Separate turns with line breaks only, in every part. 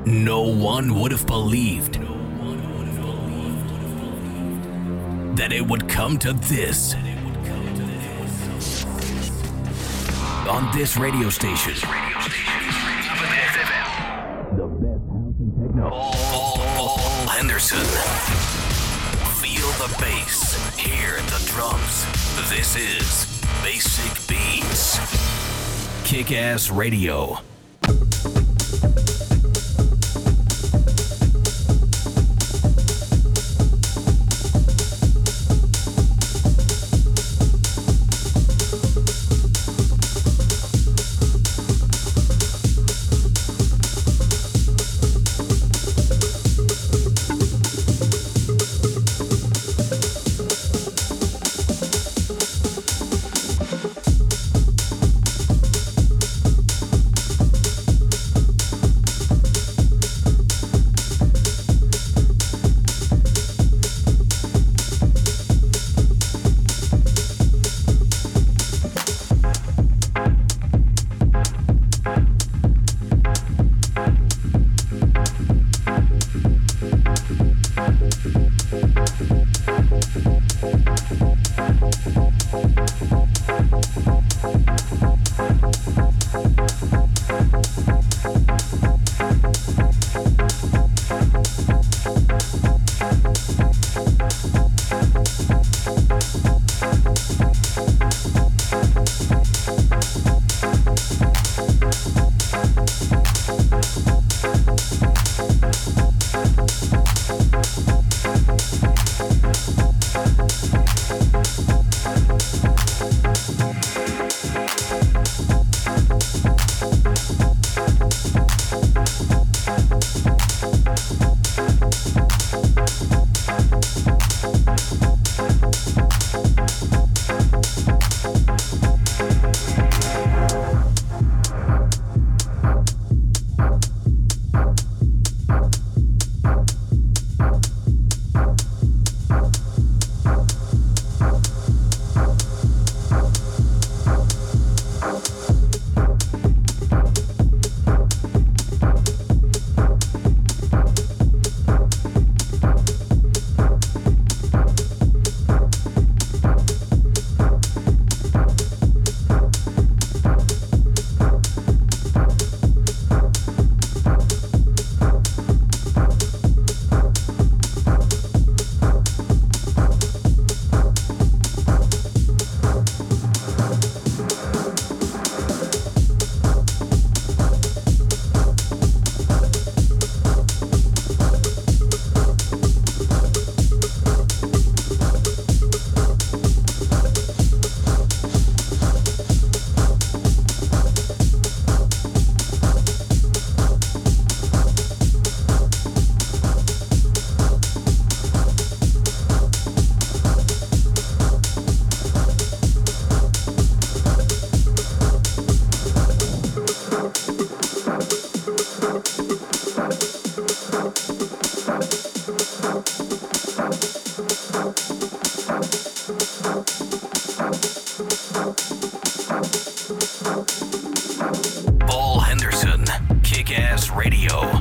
No one would have believed that it would come to this. On this radio station. The best house and techno. Paul Henderson. Feel the bass. Hear the drums. This is Basic Beats. Kick-Ass Radio. Paul Henderson, Kick-Ass Radio.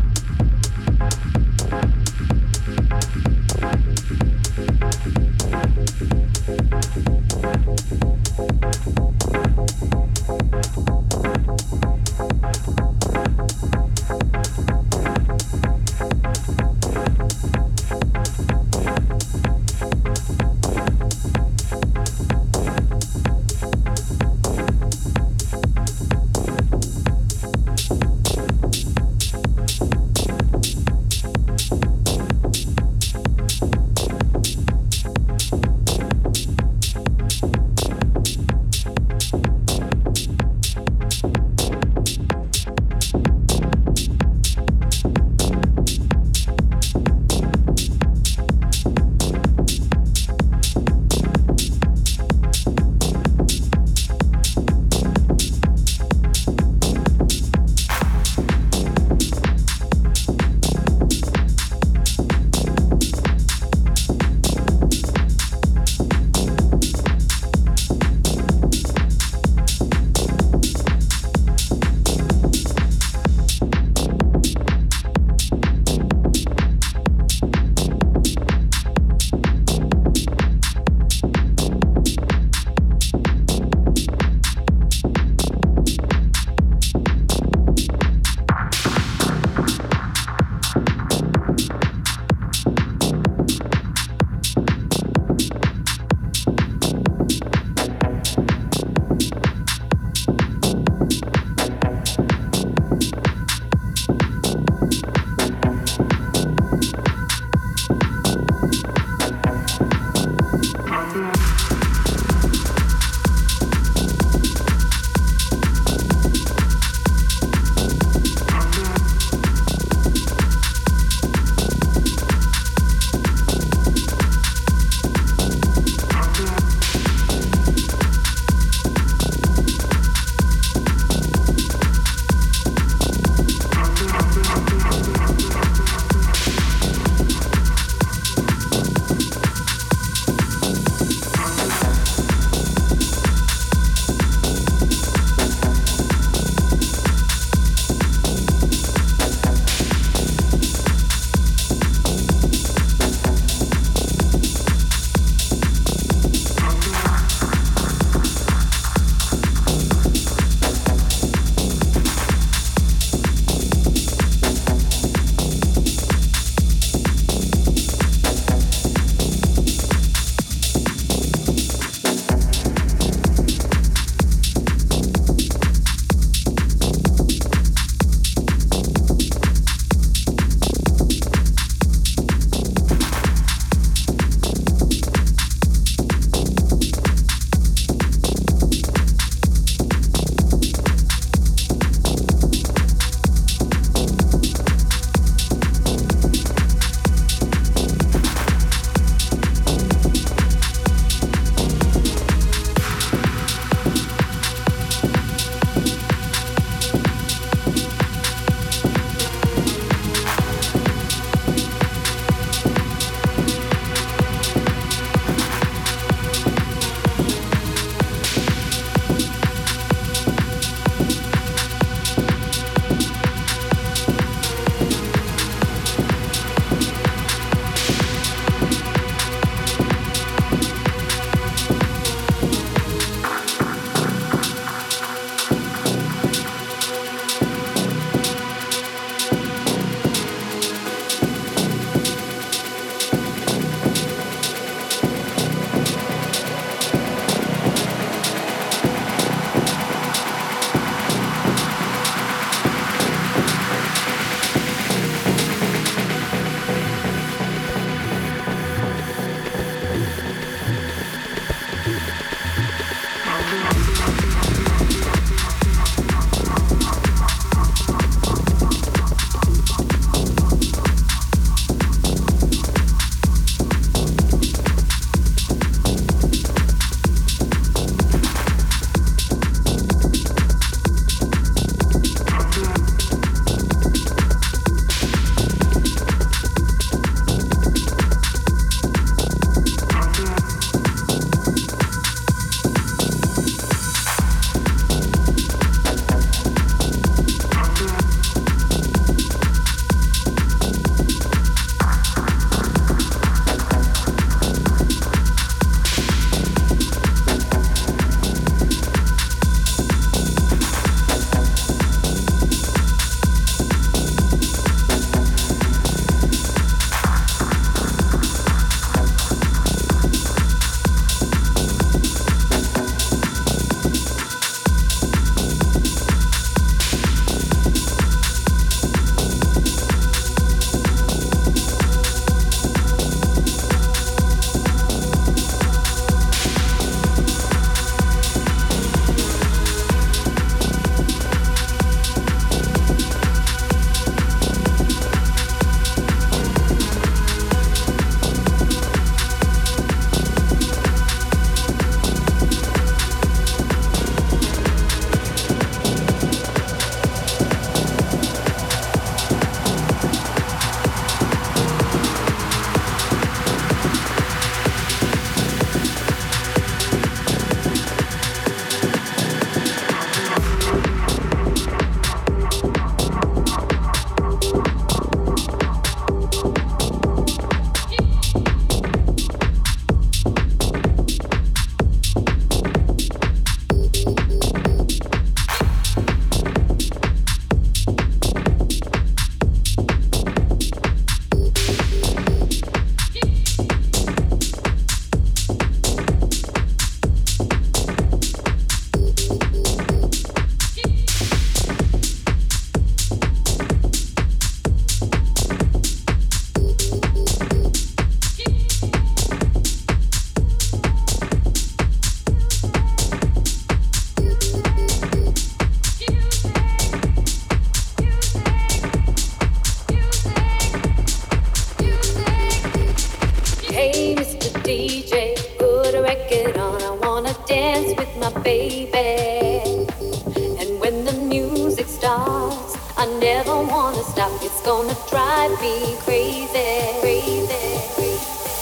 dance with my baby. And when the music starts, I never wanna stop. It's gonna drive me crazy, crazy, crazy.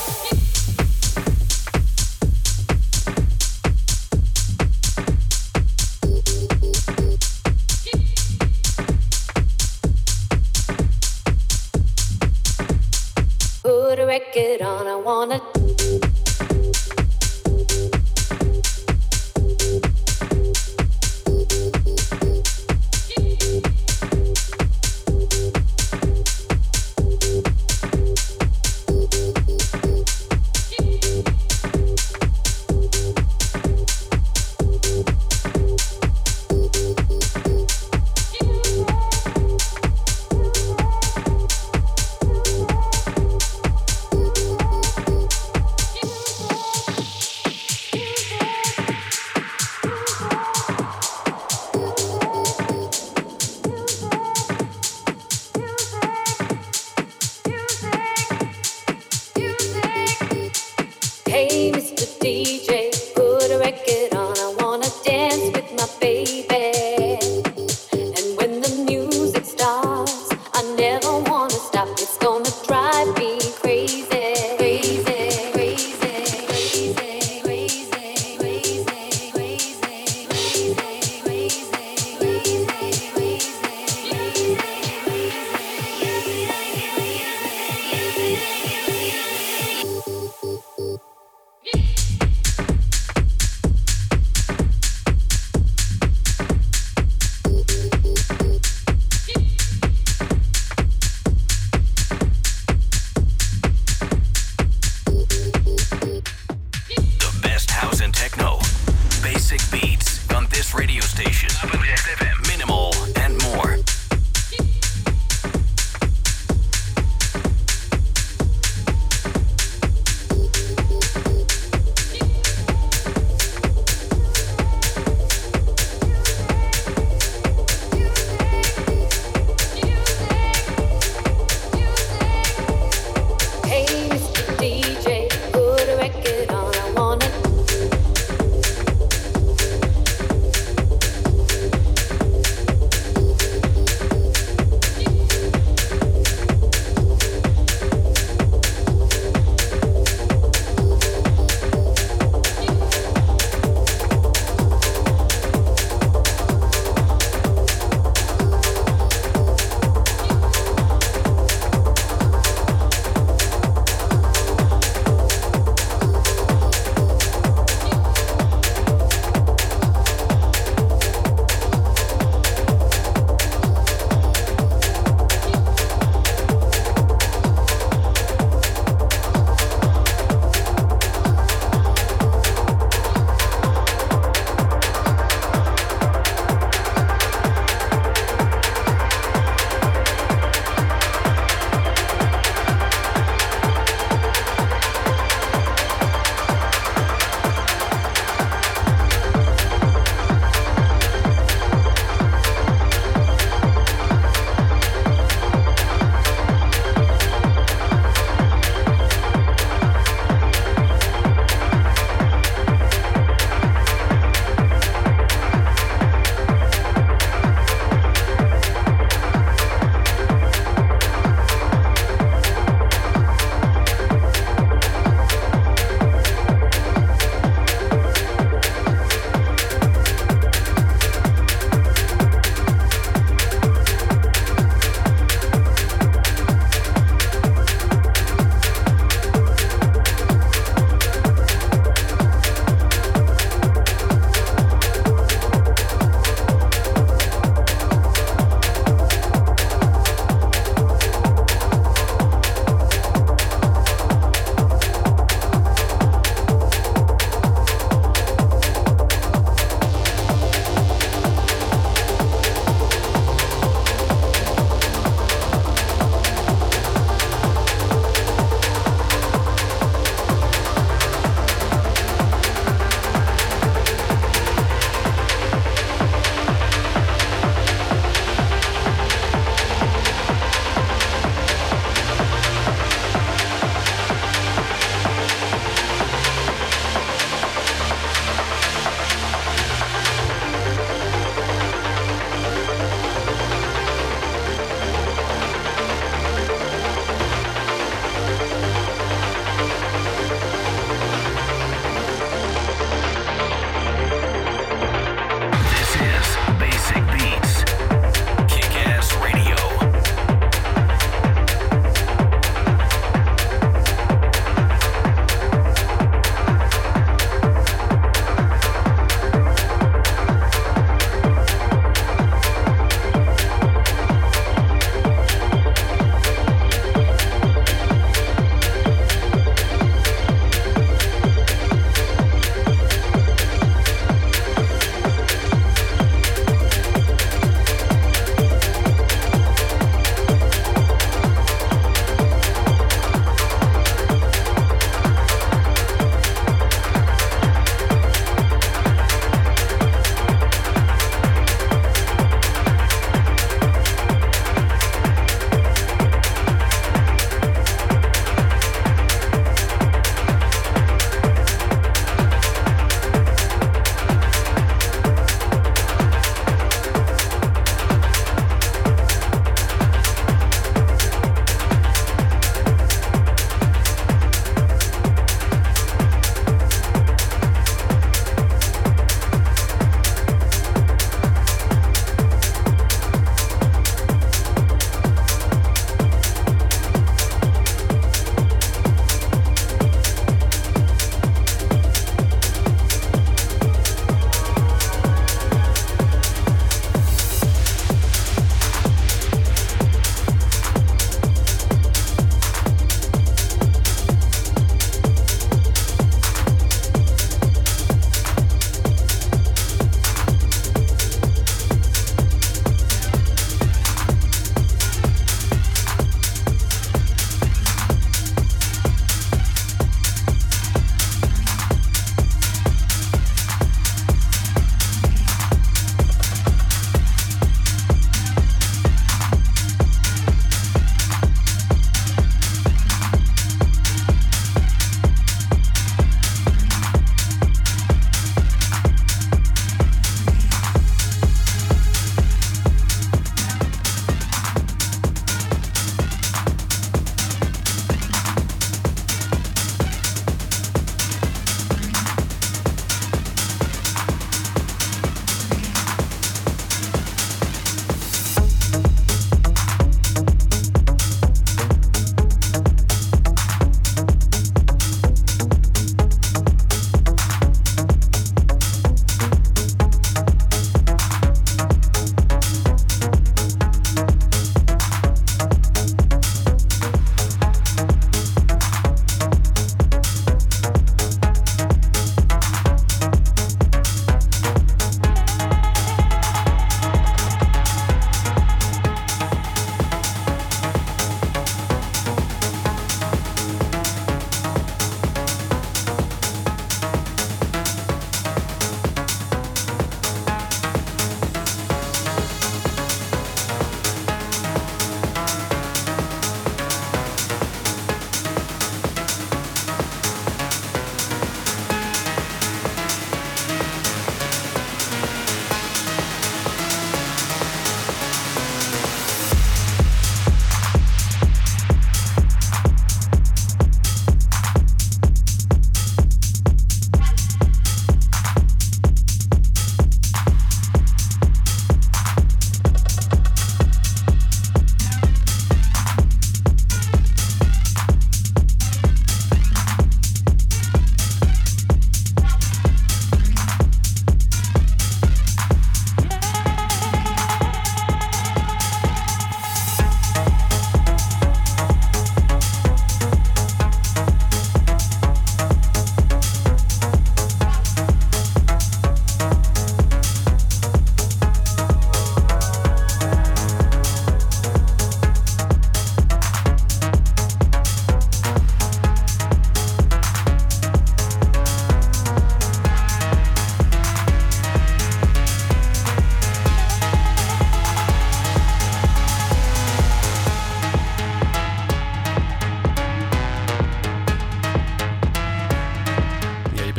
Put a record on, I wanna.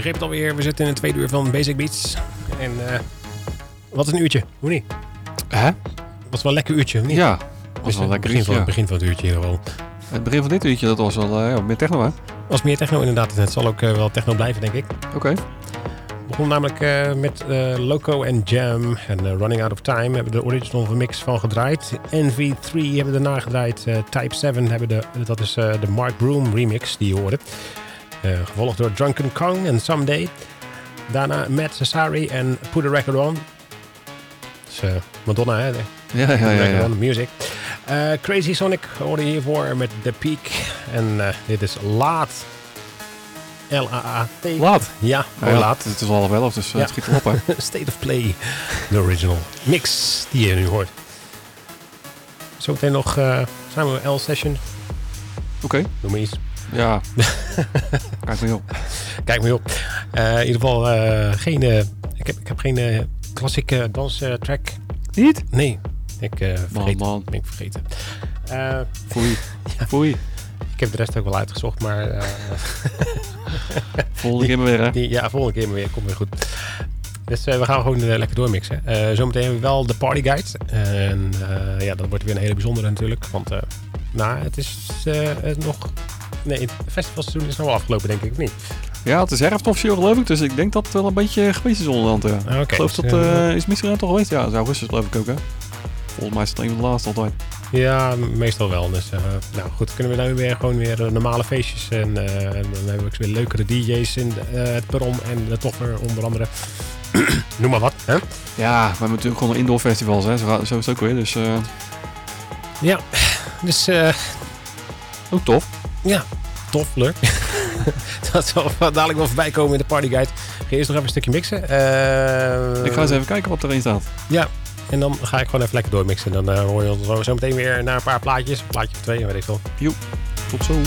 begreep het alweer. We zitten in een tweede uur van Basic Beats. En wat is een uurtje? Hoe niet?
Hè?
Was wel een lekker uurtje, of niet?
Ja, was wel een lekker uurtje.
Het begin van het uurtje in ieder geval.
Het begin van dit uurtje, dat was wel meer techno, hè?
Was meer techno inderdaad. Het zal ook wel techno blijven, denk ik.
Oké.
We begonnen namelijk met Loco en Jam en Running Out of Time. We hebben de original mix van gedraaid. NV3 hebben we daarna gedraaid. Type 7 dat is de Mark Broom remix die je hoorde. Gevolgd door Drunken Kong en Someday. Daarna Matt Cesari en Put a Record On. Dat is Madonna, hè?
Ja.
Music. Crazy Sonic hoorde je hiervoor met The Peak. En dit is Laat. L-A-A-T.
Laat?
Ja, laat.
Het is al 11, dus het schiet erop, hè?
State of Play. De original mix die je nu hoort. Zometeen nog Samuel L. Session.
Oké.
Noem maar iets.
Ja. Kijk maar op.
Kijk maar op. In ieder geval geen... Ik heb geen klassieke danstrack.
Niet?
Nee. Ben ik vergeten.
Foei.
Ja.
Foei.
Ik heb de rest ook wel uitgezocht, maar...
volgende keer maar weer, hè?
Ja, volgende keer maar weer. Komt weer goed. Dus we gaan gewoon lekker doormixen. Zometeen hebben we wel de Party Guide. En dat wordt weer een hele bijzondere natuurlijk. Want het is nog... Nee, het festivalseizoen is nog wel afgelopen, denk ik, of niet?
Ja, het is herfst officieel, geloof ik. Dus ik denk dat het wel een beetje geweest is onderhand. Ja.
Okay,
ik geloof dat is misschien toch geweest. Ja, dat is augustus, geloof ik ook, hè? Volgens mij is het een van de laatste altijd.
Ja, meestal wel. Dus goed, kunnen we nu weer gewoon weer normale feestjes. En dan hebben we ook weer leukere DJ's in het perron. En de Toffer onder andere. Noem maar wat, hè?
Ja, we hebben natuurlijk gewoon indoor festivals, hè? Zo is het ook weer, dus...
Ja, dus...
ook tof.
Ja, tof, leuk. Dat zal dadelijk wel voorbij komen in de Party Guide. Ik ga eerst nog even een stukje mixen.
Ik ga eens even kijken wat erin staat.
Ja, en dan ga ik gewoon even lekker doormixen. Dan hoor je ons zo meteen weer naar een paar plaatjes. Een plaatje of 2, weet ik veel.
Joep, tot zo.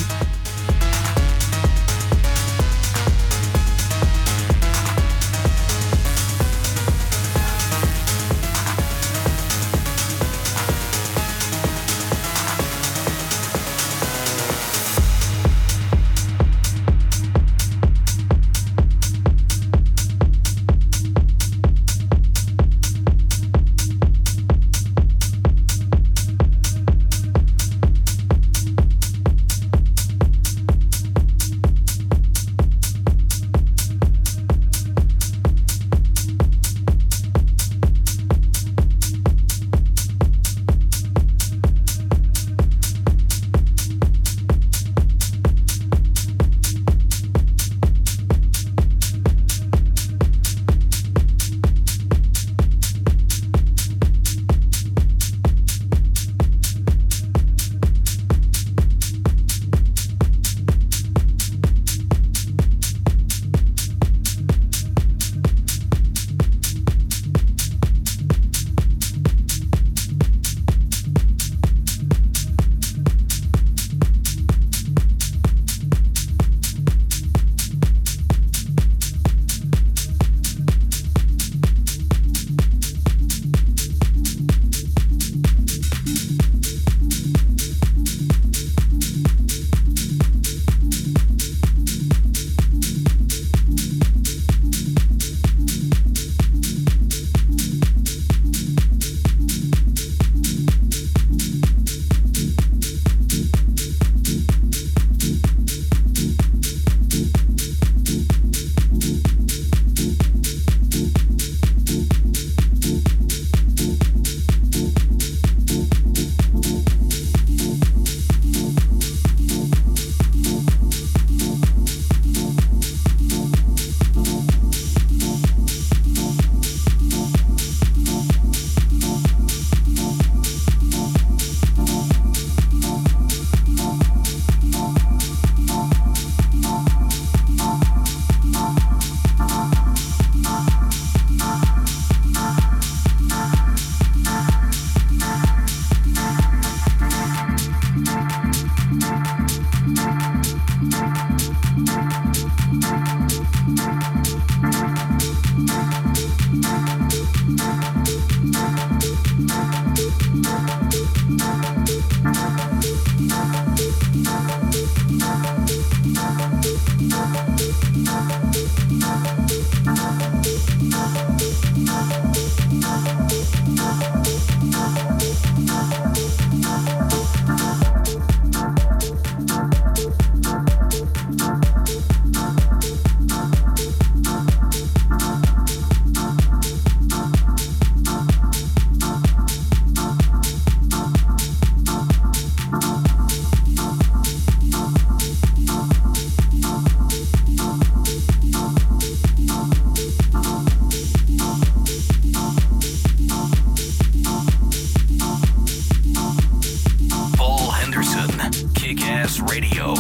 Express Radio.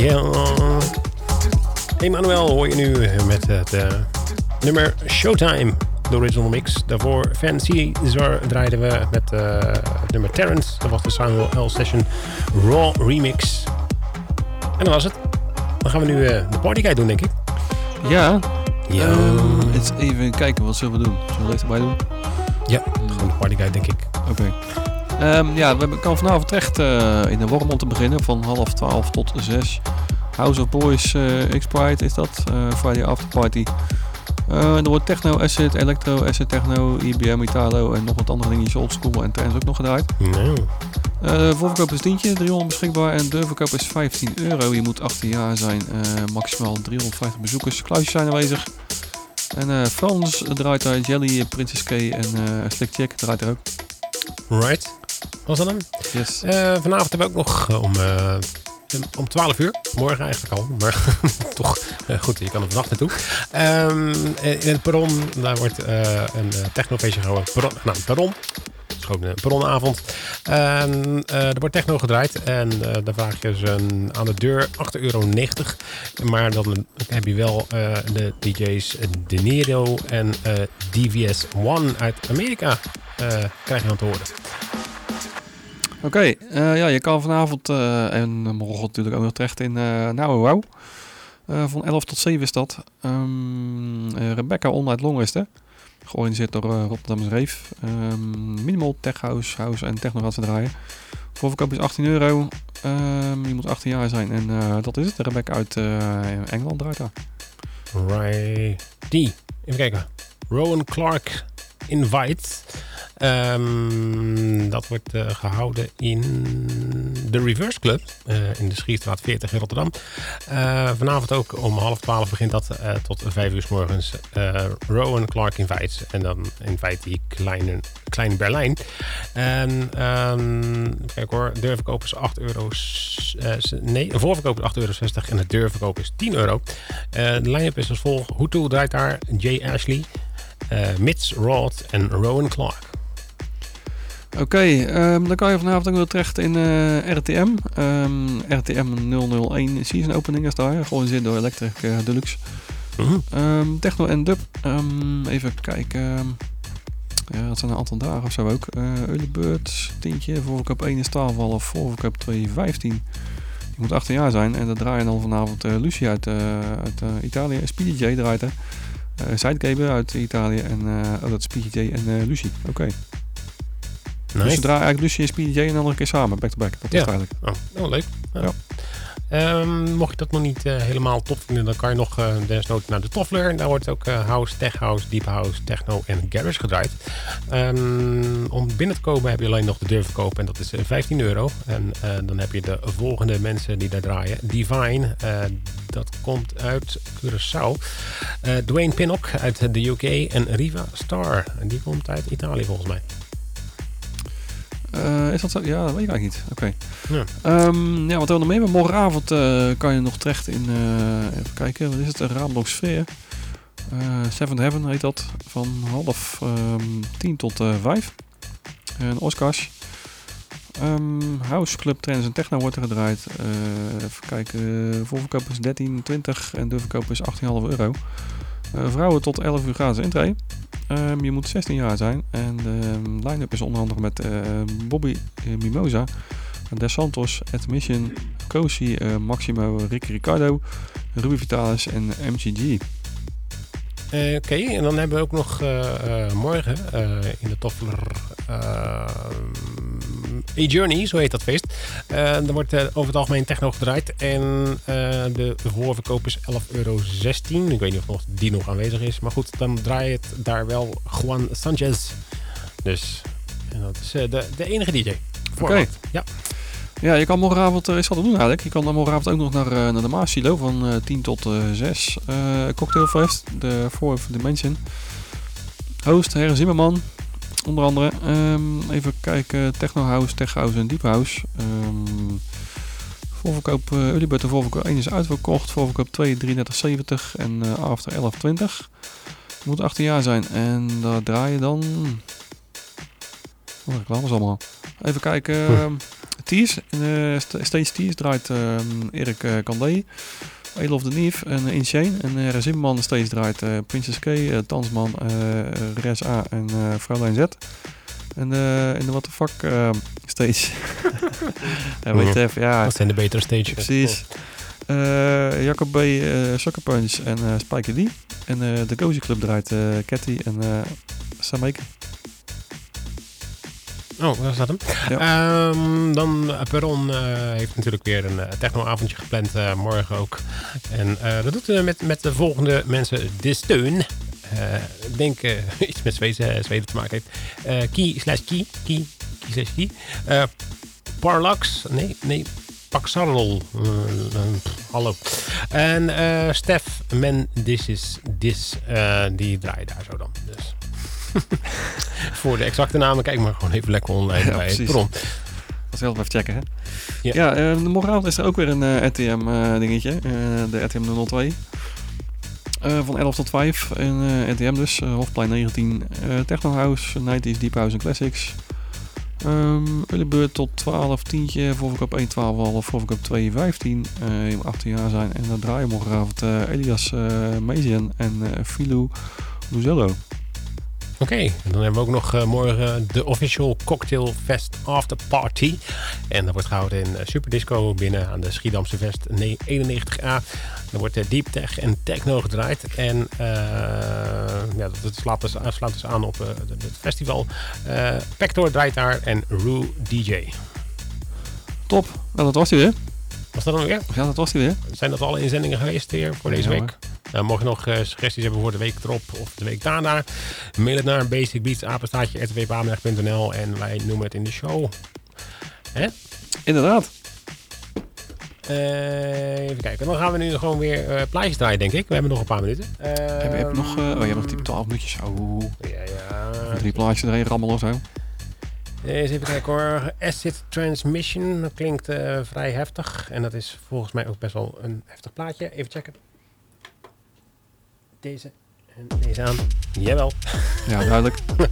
Yeah. Emmanuel hoor je nu met het nummer Showtime, de original mix. Daarvoor Fancy draaiden we met het nummer Terrence. Dat was de Samuel L. Session Raw remix. En dat was het. Dan gaan we nu de partyguide doen, denk ik.
Ja.
Ja.
Eens even kijken, wat zullen we doen? Zullen we deze erbij doen?
Ja, gewoon de partyguide, denk ik.
Oké. We kan vanavond terecht in de Worm om te beginnen van 11:30 tot 6. House of Boys X-Pride is dat. Friday After Party. Er wordt techno, acid, electro, acid techno, IBM, Italo en nog wat andere dingetjes, oldschool en trends ook nog gedraaid.
No.
Voorverkoop is tientje, 300 beschikbaar en deurverkoop is €15. Je moet 18 jaar zijn, maximaal 350 bezoekers. Kluisjes zijn aanwezig. En Frans draait daar, Jelly, Princess K en Slick Chick draait er ook.
Right. Was dat hem?
Yes.
Vanavond hebben we ook nog om 12 uur. Morgen eigenlijk al. Maar toch goed, je kan er vannacht naartoe. In het Perron, daar wordt een technofeestje gehouden. Perron. Het is gewoon een perronavond. Er wordt techno gedraaid. En dan vraag je ze aan de deur €8,90. Maar dan heb je wel de DJ's De Niro en DVS One uit Amerika. Krijg je aan te horen.
Oké, je kan vanavond en morgen natuurlijk ook nog terecht in Wow. Van 11 tot 7 is dat. Rebecca Online Longrest, hè? Georganiseerd door Rotterdamse Reef. Minimal Tech House en techno gaat ze draaien. Voorverkoop is €18. Je moet 18 jaar zijn en dat is het. Rebecca uit Engeland draait daar.
Right. Even kijken. Rowan Clark Invite. Dat wordt gehouden in de Reverse Club in de Schierstraat 40 in Rotterdam. Vanavond ook om 11:30 begint dat tot 5 uur 's morgens. Rowan Clark Invites. En dan invite die Klein Berlijn. En kijk hoor, deurverkoop is €8. Een voorverkoop is €8,60 en de deurverkoop is €10. De line-up is als volgt. Hutu draait daar, Jay Ashley, Mitch Rod en Rowan Clark.
Oké, dan kan je vanavond ook weer terecht in RTM. RTM 001 Season Opening is daar. Georganiseerd door Electric Deluxe. Techno en dub. Even kijken. Dat zijn een aantal dagen of zo ook. Early Bird, tientje. Voorverkoop 1 is 12,5. Voorverkoop 2,15. Je moet 18 jaar zijn. En dat draaien dan vanavond Lucie uit Italië. Speedy J draait er. Sidecaber uit Italië. En dat is Speedy J en Lucie. Oké.
Nice.
Dus ze draaien eigenlijk Lucie en Speedy J en dan nog een keer samen, back-to-back. Dat is het eigenlijk.
Oh, leuk. Ja. Mocht je dat nog niet helemaal top vinden, dan kan je nog desnoods naar de Toffler. Daar wordt ook house, tech house, deep house, techno en garage gedraaid. Om binnen te komen heb je alleen nog de deurverkoop en dat is €15. En dan heb je de volgende mensen die daar draaien. Divine, dat komt uit Curaçao. Dwayne Pinnock uit de UK en Riva Star. En die komt uit Italië volgens mij.
Is dat zo? Ja, dat weet ik eigenlijk niet. Oké.
Ja.
Wat hebben we nog mee? Maar morgenavond kan je nog terecht in... even kijken, wat is het? Een Raamblok Sfeer. Seventh Heaven heet dat. Van 9:30 tot 5. En Oscars. House Club Trends en Techno wordt er gedraaid. Even kijken. Voorverkoop is €13,20 en deurverkoop is €18,5. Vrouwen tot 11 uur gratis intree. Je moet 16 jaar zijn. En de line-up is onder andere met Bobby Mimosa, Des Santos, Admission, Cozy, Maximo, Ricky Ricardo, Ruby Vitalis en MCG.
Oké, en dan hebben we ook nog morgen in de Toffler A-Journey, zo heet dat feest. Er wordt over het algemeen techno gedraaid en de voorverkoop is €11,16. Ik weet niet of die nog aanwezig is, maar goed, dan draai je het daar wel Juan Sanchez. Dus, en dat is de enige DJ.
Oké.
Ja.
Ja, je kan morgenavond is wat te doen eigenlijk. Je kan dan morgenavond ook nog naar de Maasilo van 10 tot 6. Cocktailfest, de Fourth Dimension. Host Herre Zimmerman, onder andere. Even kijken, Techno House, Tech House en Deep House. Voorverkoop, Ulibert de voorverkoop 1 is uitverkocht. Voorverkoop 2, 33,70 en after 11,20. Je moet 18 jaar zijn en daar draai je dan... Wat reclames allemaal. Even kijken... Tears. Stage Tears draait Erik Candé. Eel of the Neve en Insane. En Zimmerman stage draait Princess K, Tansman, Res A en Vrouwlijn Z. En in de What the Fuck stage. Weet je even, ja.
Dat zijn de betere stages.
Precies. Jacob B, Sucker Punch en Spike D. En de Cozy Club draait Cathy en Sameke.
Oh, was dat hem?
Ja.
Dan Perron heeft natuurlijk weer een technoavondje gepland, morgen ook. En dat doet met de volgende mensen de steun. Ik denk iets met Zweden te maken heeft. Key/Key. Parlax. Nee. Paxarol. Hallo. En Stef Mendicis. Die draait daar zo dan. Dus. Voor de exacte namen kijk maar gewoon even lekker online bij het Perron.
Dat zelf even checken, hè? Ja, morgenavond is er ook weer een RTM dingetje. De RTM 002. Van 11 tot 5. En RTM dus. Hofplein 19. Techno House, 90s, Deep House en Classics. Early Bird tot 12, tientje. Voorverkoop 1, 12,5. Voorverkoop 2, 15. Je moet 18 jaar zijn. En dan draaien morgenavond Elias Mezian en Filou Luzello.
Oké, en dan hebben we ook nog morgen de Official Cocktail Fest After Party. En dat wordt gehouden in Superdisco binnen aan de Schiedamse Vest 91A. Er wordt Deep Tech en Techno gedraaid. En dat slaat dus aan op het festival. Pector draait daar en Rue DJ.
Top, nou dat was hij weer.
Was dat dan weer?
Ja, dat was hij weer.
Zijn dat alle inzendingen geweest hier voor deze week? Mocht je nog suggesties hebben voor de week erop of de week daarna, mail het naar basicbeats@rtwpameneg.nl en wij noemen het in de show. Hè?
Inderdaad.
Even kijken, dan gaan we nu gewoon weer plaatjes draaien, denk ik. We hebben nog een paar minuten.
Heb je nog je hebt nog type 12 minuutjes.
Ja.
3 plaatjes erin rammelen of zo.
Eens even kijken hoor. Acid Transmission, dat klinkt vrij heftig. En dat is volgens mij ook best wel een heftig plaatje. Even checken. Deze en deze aan. Jawel.
Ja, duidelijk.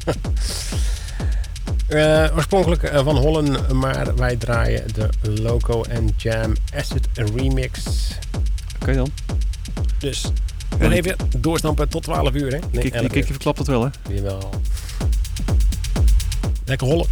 Oorspronkelijk van Holland, maar wij draaien de Loco and Jam Acid Remix.
Oké dan.
Dus nog even doorstampen tot 12 uur. Hè? Nee,
die kikje verklapt het wel, hè?
Jawel. Lekker hollen.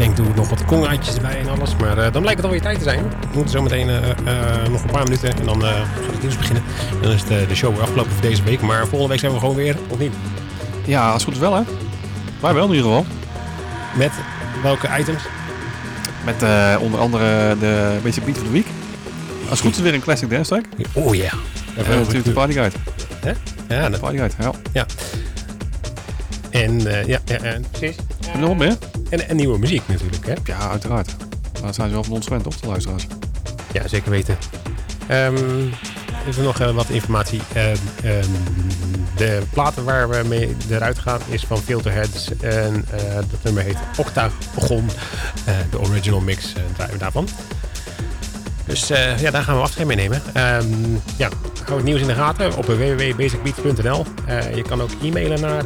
denk, doe nog wat kongaatjes erbij en alles. Maar dan blijkt het alweer tijd te zijn. We moeten zo meteen nog een paar minuten en dan gaat het nieuws beginnen. Dan is de show weer afgelopen voor deze week. Maar volgende week zijn we gewoon weer, of niet?
Ja, als het goed is wel, hè? Wij wel in ieder geval.
Met welke items?
Met onder andere de Basic Beat of the Week. Als het goed is weer een classic dance track.
Oh ja.
En natuurlijk de Party Guide.
Hè? Ja,
de Party Guide, ja.
En precies.
En nog meer?
En nieuwe muziek natuurlijk, hè?
Ja, uiteraard. Dat zijn ze wel van ons gewend, toch, de luisteraars?
Ja, zeker weten. Is er nog wat informatie. De platen waar we mee eruit gaan is van Filterheads. En dat nummer heet Octagon. De original mix draaien we daarvan. Dus daar gaan we afscheid mee nemen. Hou het nieuws in de gaten op www.basicbeats.nl. Je kan ook e-mailen naar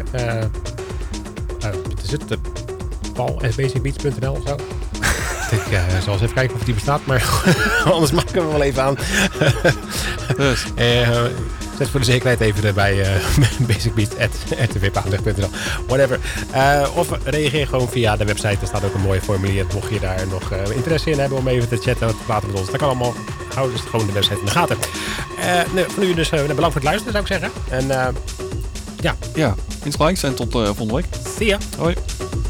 paul@basicbeats.nl of zo. Ik zal eens even kijken of die bestaat, maar anders maken we hem wel even aan.
Dus.
Zet voor de zekerheid even bij basicbeats@rtvpaandag.nl. Whatever. Of reageer gewoon via de website. Er staat ook een mooi formulier. Mocht je daar nog interesse in hebben om even te chatten en te praten met ons. Dat kan allemaal. Hou dus gewoon de website in de gaten. Voor nu dus bedankt voor het luisteren, zou ik zeggen. En
ja, insgelijks en tot volgende week.
See ya.
Hoi.